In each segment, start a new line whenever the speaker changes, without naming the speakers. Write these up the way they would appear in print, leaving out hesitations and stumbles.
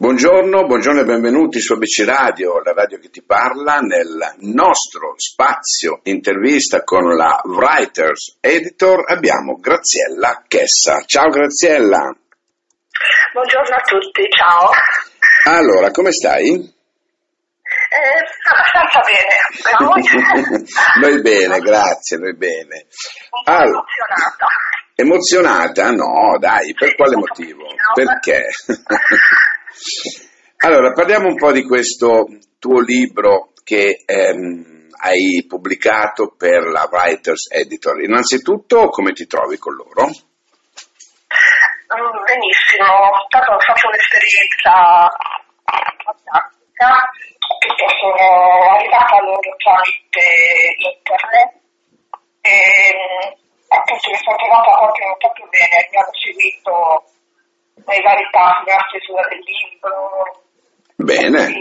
Buongiorno e benvenuti su ABC Radio, la radio che ti parla, nel nostro spazio intervista con la Writers Editor abbiamo Graziella Chessa. Ciao Graziella.
Buongiorno a tutti, ciao.
Allora, come stai?
Abbastanza bene, a voi?
Noi bene, grazie, noi bene.
Un po' emozionata.
Emozionata? No, dai, per quale motivo? Perché? Allora, parliamo un po' di questo tuo libro che hai pubblicato per la Writers Editor. Innanzitutto, come ti trovi con loro?
Benissimo, stato faccio un'esperienza fantastica, perché sono arrivata a loro tramite internet e appunto mi sono trovata proprio bene, mi hanno seguito nei vari passi, nella stesura del libro.
Bene.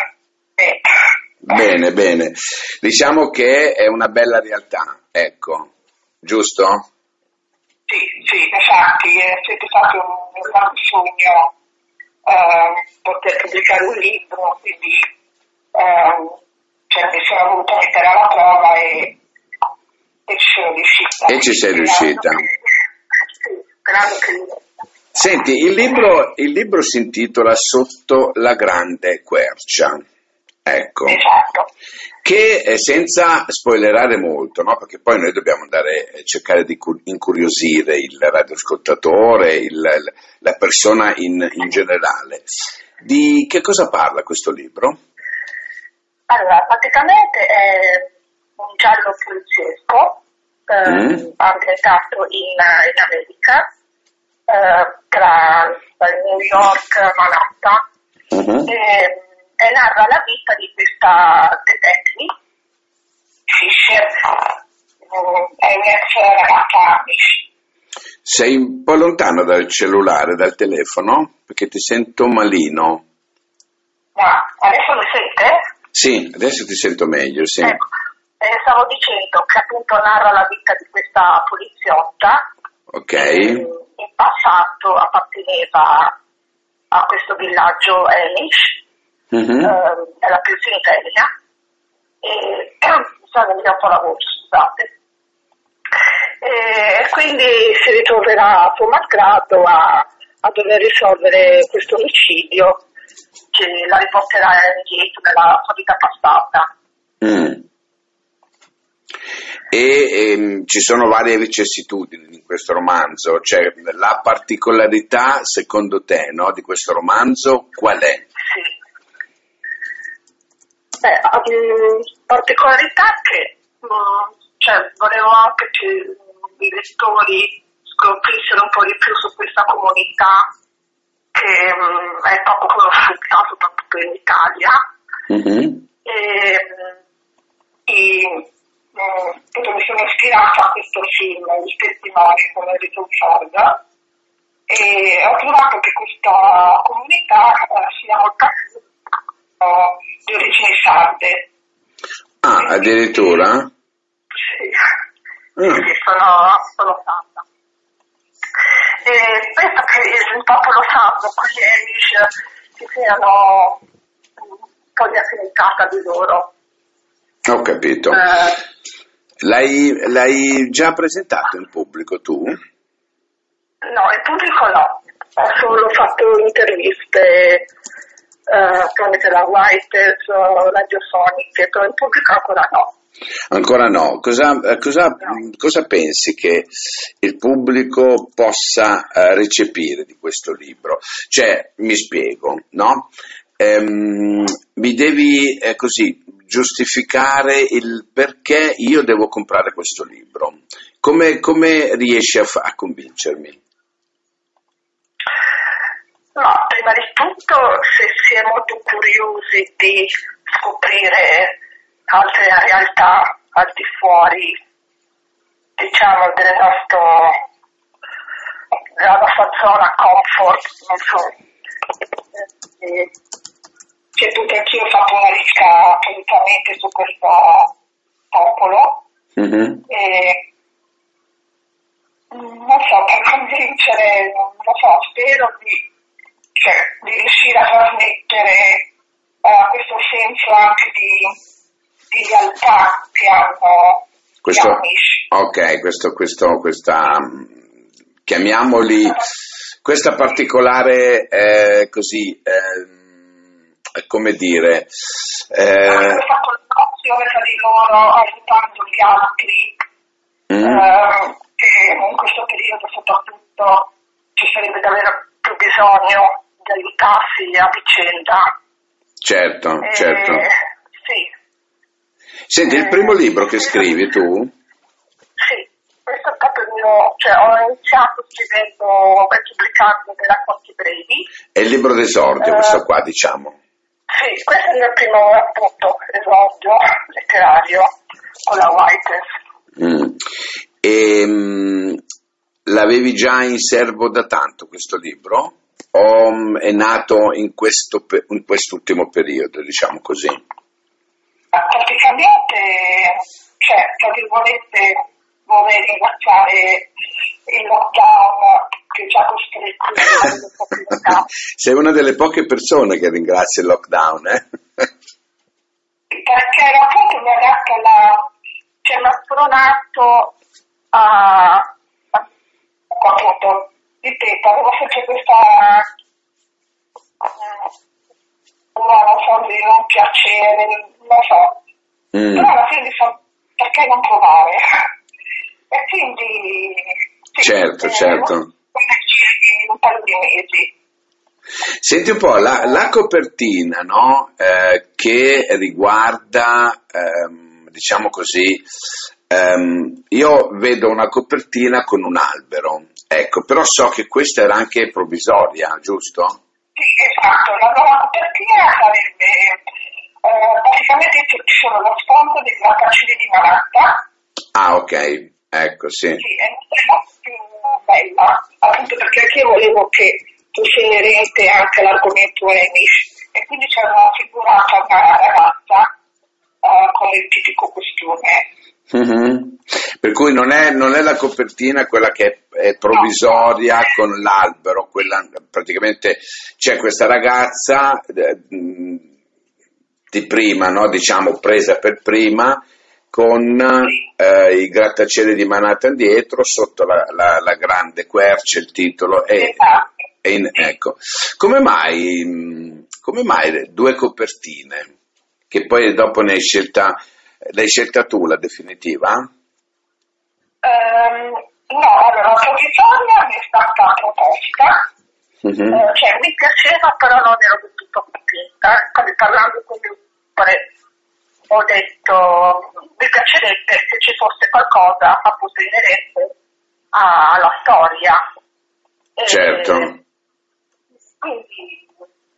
Bene. Diciamo che è una bella realtà, ecco, giusto?
Sì, infatti è sempre stato un grande sogno poter pubblicare un libro, quindi mi sono voluta mettere alla prova e ci sono riuscita.
E ci sei riuscita.
Sì, grande che...
Senti, il libro si intitola Sotto la grande quercia, ecco,
Esatto.
Che senza spoilerare molto, no? Perché poi noi dobbiamo andare cercare di incuriosire il radioascoltatore, la persona in generale. Di che cosa parla questo libro?
Allora, praticamente è un giallo poliziesco ambientato in America. Tra New York, Manhattan, e narra la vita di questa detective Fisher, è un'ex ragazza amici.
Sei un po' lontano dal cellulare, dal telefono, perché ti sento malino.
Ma adesso mi sente?
Sì, adesso ti sento meglio, sì.
Ecco, stavo dicendo che appunto narra la vita di questa poliziotta.
Ok.
In passato apparteneva a questo villaggio Amish, è la più Italia, e mi sa venire un po' la voce, scusate. E quindi si ritroverà a suo malgrado a dover risolvere questo omicidio che la riporterà indietro nella sua vita passata.
E ci sono varie vicissitudini in questo romanzo, cioè la particolarità secondo te, no, di questo romanzo qual è?
Sì. Particolarità che volevo anche che i lettori scoprissero un po' di più su questa comunità che è poco conosciuta, soprattutto in Italia. Mi sono ispirata a questo film, Il testimone con Enrico Ford, e ho trovato che questa comunità sia molto di origini sarde.
Ah, addirittura?
Sì, sono sarda. E penso che il popolo sardo con gli Amish ci siano un po' di affinità tra di loro.
Ho capito. L'hai già presentato in pubblico tu?
No, in pubblico no. Ho solo fatto interviste tramite la Writers, radiofoniche, però in pubblico ancora no.
Ancora no. Cosa pensi che il pubblico possa recepire di questo libro? Cioè, mi spiego, no? Mi devi così giustificare il perché io devo comprare questo libro. Come riesci a convincermi?
No, prima di tutto, se si è molto curiosi di scoprire altre realtà al di fuori, diciamo, della nostra zona comfort, non so. Che appunto anch'io ho fatto una ricerca assolutamente su questo popolo e non so, per convincere, non lo so, spero cioè, di riuscire a trasmettere questo senso anche di realtà che hanno gli Amish.
Ok, questa chiamiamoli, questa particolare così, come dire,
questa collaborazione tra di loro, aiutando gli altri, che in questo periodo soprattutto ci sarebbe davvero più bisogno di aiutarsi a vicenda.
Certo.
Sì.
Senti, il primo libro che scrivi tu?
Sì, questo è proprio il mio, cioè ho iniziato scrivendo e pubblicando dei racconti brevi.
È il libro d'esordio, questo qua, diciamo.
Sì, questo è il mio primo appunto esordio letterario con la Whites.
L'avevi già in serbo da tanto questo libro? O è nato in quest'ultimo periodo, diciamo così?
Praticamente, cioè, tra virgolette, vorrei ringraziare il lockdown che ci ha costretto.
Sei una delle poche persone che ringrazia il lockdown, eh?
Perché appunto mi ha dato mi ha spronato appunto, ripeto, avevo sempre questa non so di non piacere, non so, però alla fine perché non provare? E quindi
certo.
Un paio di mesi.
Senti un po', la copertina, no? Che riguarda, diciamo così, io vedo una copertina con un albero, ecco, però so che questa era anche provvisoria, giusto?
Sì, esatto, la nuova copertina sarebbe praticamente ci sono lo sfondo dei grattacieli di Manhattan.
Ah, ok, ecco, sì.
Sì, è una più bella, appunto perché anche io volevo che fosse inerente anche all'argomento Amish, e quindi c'era figurata una ragazza con il tipico costume.
Mm-hmm. Per cui non è la copertina quella che è provvisoria, no, con l'albero, quella praticamente c'è questa ragazza di prima, no? Diciamo presa per prima, con i grattacieli di Manhattan dietro, sotto la grande quercia, il titolo ecco. Come mai due copertine? Che poi dopo l'hai scelta tu la definitiva?
No, allora la provvisoria mi è stata proposta, cioè mi piaceva però non ero del tutto convinta, quindi parlando con mio padre ho detto mi piacerebbe se ci fosse qualcosa appunto inerente alla storia.
Certo.
Quindi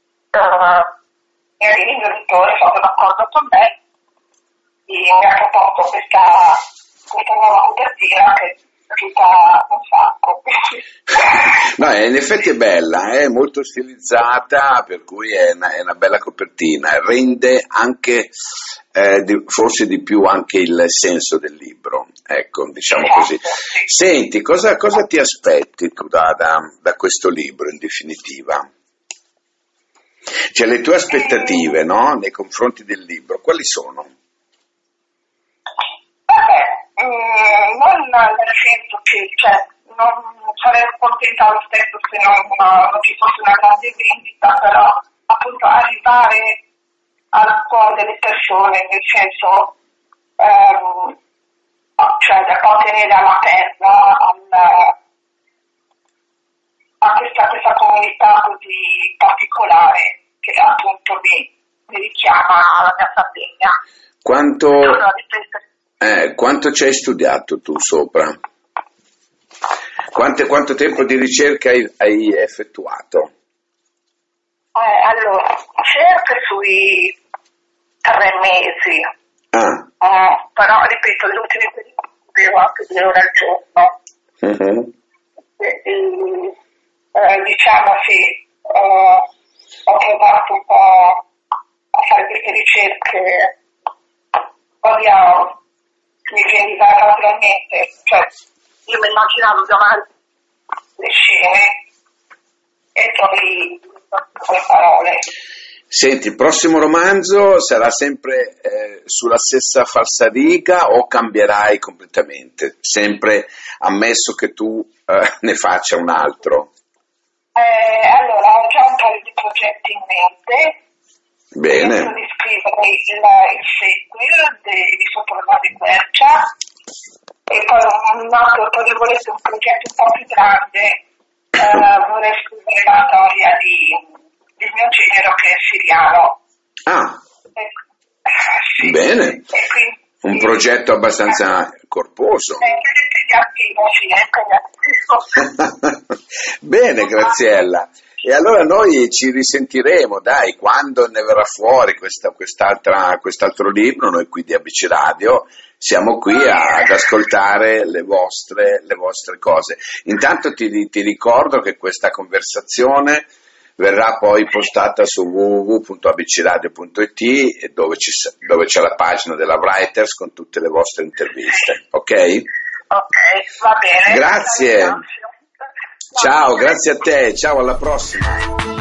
il mio editore è stato d'accordo con me e mi ha proposto questa nuova copertina che è tutta un sacco.
No, in effetti è bella, è molto stilizzata, per cui è una bella copertina, rende anche forse di più anche il senso del libro, ecco, diciamo così. Senti, cosa ti aspetti tu da questo libro in definitiva? Cioè le tue aspettative, no? Nei confronti del libro, quali sono?
Non nel senso che non sarei contenta lo stesso se non ci fosse una grande vendita, però appunto arrivare al cuore delle persone, nel senso cioè da contenere alla terra, a questa comunità così particolare che appunto mi richiama alla mia Sardegna.
Quanto ci hai studiato tu sopra? Quanto tempo di ricerca hai effettuato?
Allora, cerca sui 3 mesi, però ripeto, gli ultimi periodi avevo anche 2 ore al giorno. Diciamo sì, ho provato un po' a fare queste ricerche, poi mi veniva naturalmente, cioè io mi immaginavo davanti le scene e poi le parole.
Senti, il prossimo romanzo sarà sempre sulla stessa falsariga o cambierai completamente? Sempre ammesso che tu ne faccia un altro.
Allora, ho già un paio di progetti in mente.
Bene.
Penso di scrivere il sequel di Sopra di Quercia e poi un altro, tra virgolette, un progetto un po' più grande. Vorrei scrivere la storia del mio genero che è siriano.
Ah,
Sì.
bene.
Quindi,
Un progetto abbastanza corposo.
È impegnativo.
Bene, Graziella. E allora noi ci risentiremo, dai, quando ne verrà fuori quest'altro libro, noi qui di ABC Radio siamo qui ad ascoltare le vostre cose. Intanto ti ricordo che questa conversazione verrà poi postata su www.abcradio.it dove c'è la pagina della Writers con tutte le vostre interviste, ok?
Ok, va bene.
Grazie. Ciao, grazie a te, ciao, alla prossima.